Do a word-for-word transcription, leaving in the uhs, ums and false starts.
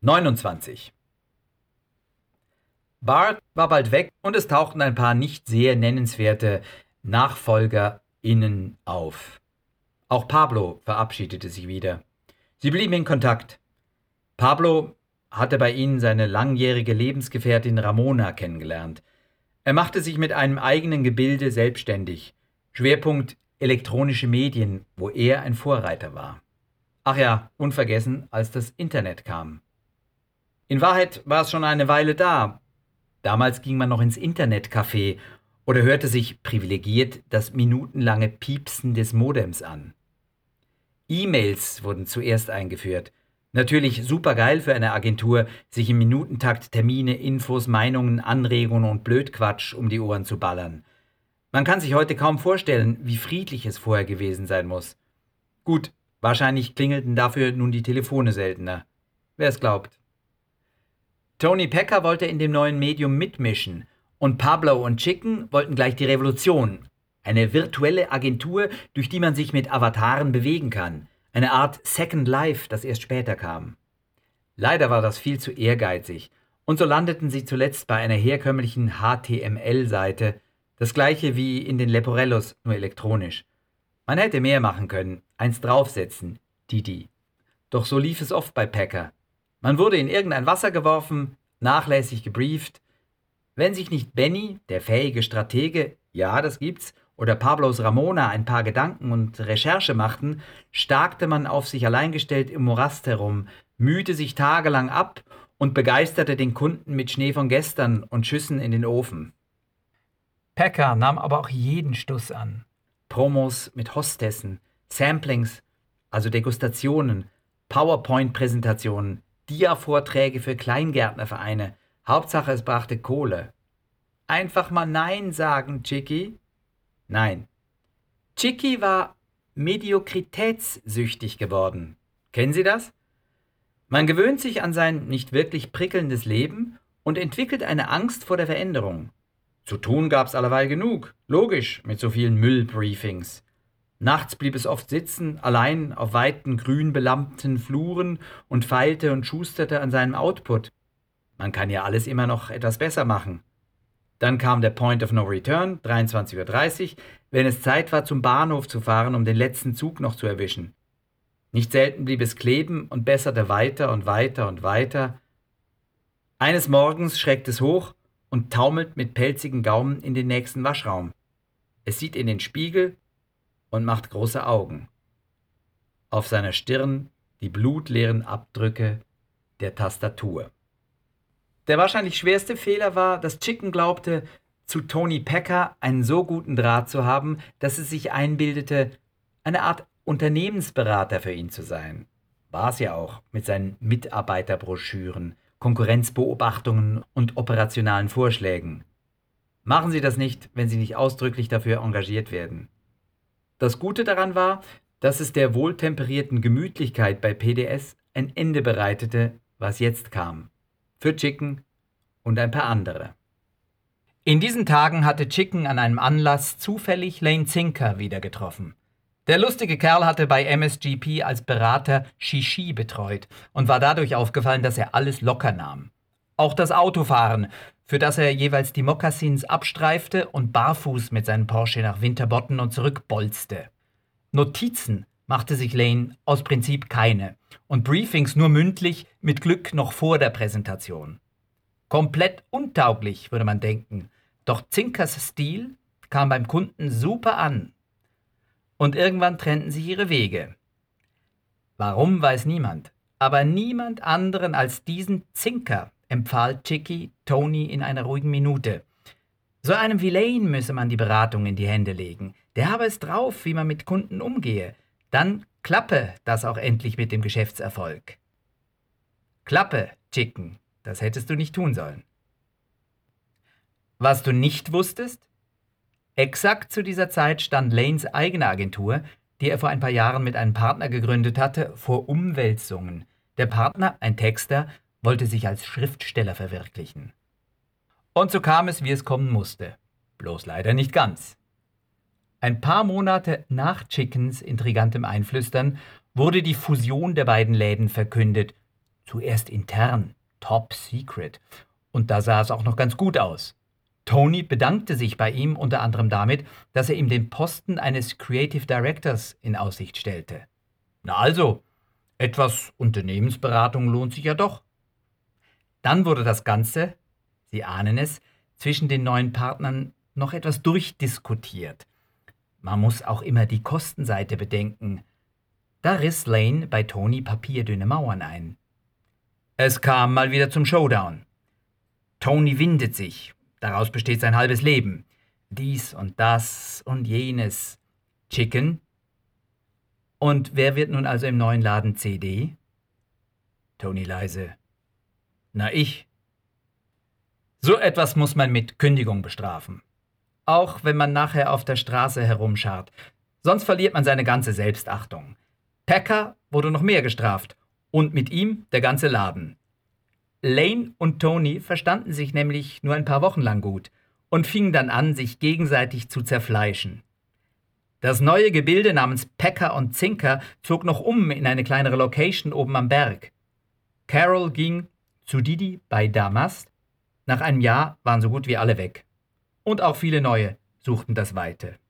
neunundzwanzig. Bart war bald weg und es tauchten ein paar nicht sehr nennenswerte NachfolgerInnen auf. Auch Pablo verabschiedete sich wieder. Sie blieben in Kontakt. Pablo hatte bei ihnen seine langjährige Lebensgefährtin Ramona kennengelernt. Er machte sich mit einem eigenen Gebilde selbstständig. Schwerpunkt elektronische Medien, wo er ein Vorreiter war. Ach ja, unvergessen, als das Internet kam. In Wahrheit war es schon eine Weile da. Damals ging man noch ins Internetcafé oder hörte sich privilegiert das minutenlange Piepsen des Modems an. E-Mails wurden zuerst eingeführt. Natürlich supergeil für eine Agentur, sich im Minutentakt Termine, Infos, Meinungen, Anregungen und Blödquatsch um die Ohren zu ballern. Man kann sich heute kaum vorstellen, wie friedlich es vorher gewesen sein muss. Gut, wahrscheinlich klingelten dafür nun die Telefone seltener. Wer es glaubt. Tony Packer wollte in dem neuen Medium mitmischen und Pablo und Chicken wollten gleich die Revolution. Eine virtuelle Agentur, durch die man sich mit Avataren bewegen kann. Eine Art Second Life, das erst später kam. Leider war das viel zu ehrgeizig und so landeten sie zuletzt bei einer herkömmlichen H T M L-Seite, das gleiche wie in den Leporellos, nur elektronisch. Man hätte mehr machen können, eins draufsetzen, Didi. Doch so lief es oft bei Packer. Man wurde in irgendein Wasser geworfen, nachlässig gebrieft. Wenn sich nicht Benny, der fähige Stratege, ja, das gibt's, oder Pablos Ramona ein paar Gedanken und Recherche machten, starkte man auf sich allein gestellt im Morast herum, mühte sich tagelang ab und begeisterte den Kunden mit Schnee von gestern und Schüssen in den Ofen. Packer nahm aber auch jeden Stuss an. Promos mit Hostessen, Samplings, also Degustationen, PowerPoint-Präsentationen, Dia-Vorträge für Kleingärtnervereine. Hauptsache, es brachte Kohle. Einfach mal Nein sagen, Chicky. Nein. Chicky war mediokritätssüchtig geworden. Kennen Sie das? Man gewöhnt sich an sein nicht wirklich prickelndes Leben und entwickelt eine Angst vor der Veränderung. Zu tun gab's allerweil genug, logisch, mit so vielen Müllbriefings. Nachts blieb es oft sitzen, allein auf weiten, grün belampten Fluren und feilte und schusterte an seinem Output. Man kann ja alles immer noch etwas besser machen. Dann kam der Point of No Return, dreiundzwanzig Uhr dreißig, wenn es Zeit war, zum Bahnhof zu fahren, um den letzten Zug noch zu erwischen. Nicht selten blieb es kleben und besserte weiter und weiter und weiter. Eines Morgens schreckt es hoch und taumelt mit pelzigen Gaumen in den nächsten Waschraum. Es sieht in den Spiegel und macht große Augen. Auf seiner Stirn die blutleeren Abdrücke der Tastatur. Der wahrscheinlich schwerste Fehler war, dass Chicken glaubte, zu Tony Packer einen so guten Draht zu haben, dass es sich einbildete, eine Art Unternehmensberater für ihn zu sein. War es ja auch mit seinen Mitarbeiterbroschüren, Konkurrenzbeobachtungen und operationalen Vorschlägen. Machen Sie das nicht, wenn Sie nicht ausdrücklich dafür engagiert werden. Das Gute daran war, dass es der wohltemperierten Gemütlichkeit bei P D S ein Ende bereitete, was jetzt kam. Für Chicken und ein paar andere. In diesen Tagen hatte Chicken an einem Anlass zufällig Lane Zinker wieder getroffen. Der lustige Kerl hatte bei M S G P als Berater Shishi betreut und war dadurch aufgefallen, dass er alles locker nahm. Auch das Autofahren, für das er jeweils die Mokassins abstreifte und barfuß mit seinem Porsche nach Winterbotten und zurückbolzte. Notizen machte sich Lane aus Prinzip keine und Briefings nur mündlich, mit Glück noch vor der Präsentation. Komplett untauglich, würde man denken, doch Zinkers Stil kam beim Kunden super an. Und irgendwann trennten sich ihre Wege. Warum, weiß niemand, aber niemand anderen als diesen Zinker empfahl Chicky Tony in einer ruhigen Minute. So einem wie Lane müsse man die Beratung in die Hände legen. Der habe es drauf, wie man mit Kunden umgehe. Dann klappe das auch endlich mit dem Geschäftserfolg. Klappe, Chicken, das hättest du nicht tun sollen. Was du nicht wusstest? Exakt zu dieser Zeit stand Lanes eigene Agentur, die er vor ein paar Jahren mit einem Partner gegründet hatte, vor Umwälzungen. Der Partner, ein Texter, wollte sich als Schriftsteller verwirklichen. Und so kam es, wie es kommen musste. Bloß leider nicht ganz. Ein paar Monate nach Chickens intrigantem Einflüstern wurde die Fusion der beiden Läden verkündet. Zuerst intern, top secret. Und da sah es auch noch ganz gut aus. Tony bedankte sich bei ihm unter anderem damit, dass er ihm den Posten eines Creative Directors in Aussicht stellte. Na also, etwas Unternehmensberatung lohnt sich ja doch. Dann wurde das Ganze, Sie ahnen es, zwischen den neuen Partnern noch etwas durchdiskutiert. Man muss auch immer die Kostenseite bedenken. Da riss Lane bei Tony papierdünne Mauern ein. Es kam mal wieder zum Showdown. Tony windet sich. Daraus besteht sein halbes Leben. Dies und das und jenes. Chicken. Und wer wird nun also im neuen Laden C D? Tony leise. Na, ich. So etwas muss man mit Kündigung bestrafen. Auch wenn man nachher auf der Straße herumscharrt. Sonst verliert man seine ganze Selbstachtung. Packer wurde noch mehr gestraft. Und mit ihm der ganze Laden. Lane und Tony verstanden sich nämlich nur ein paar Wochen lang gut und fingen dann an, sich gegenseitig zu zerfleischen. Das neue Gebilde namens Packer und Zinker zog noch um in eine kleinere Location oben am Berg. Carol ging zu Didi bei Damast. Nach einem Jahr waren so gut wie alle weg. Und auch viele neue suchten das Weite.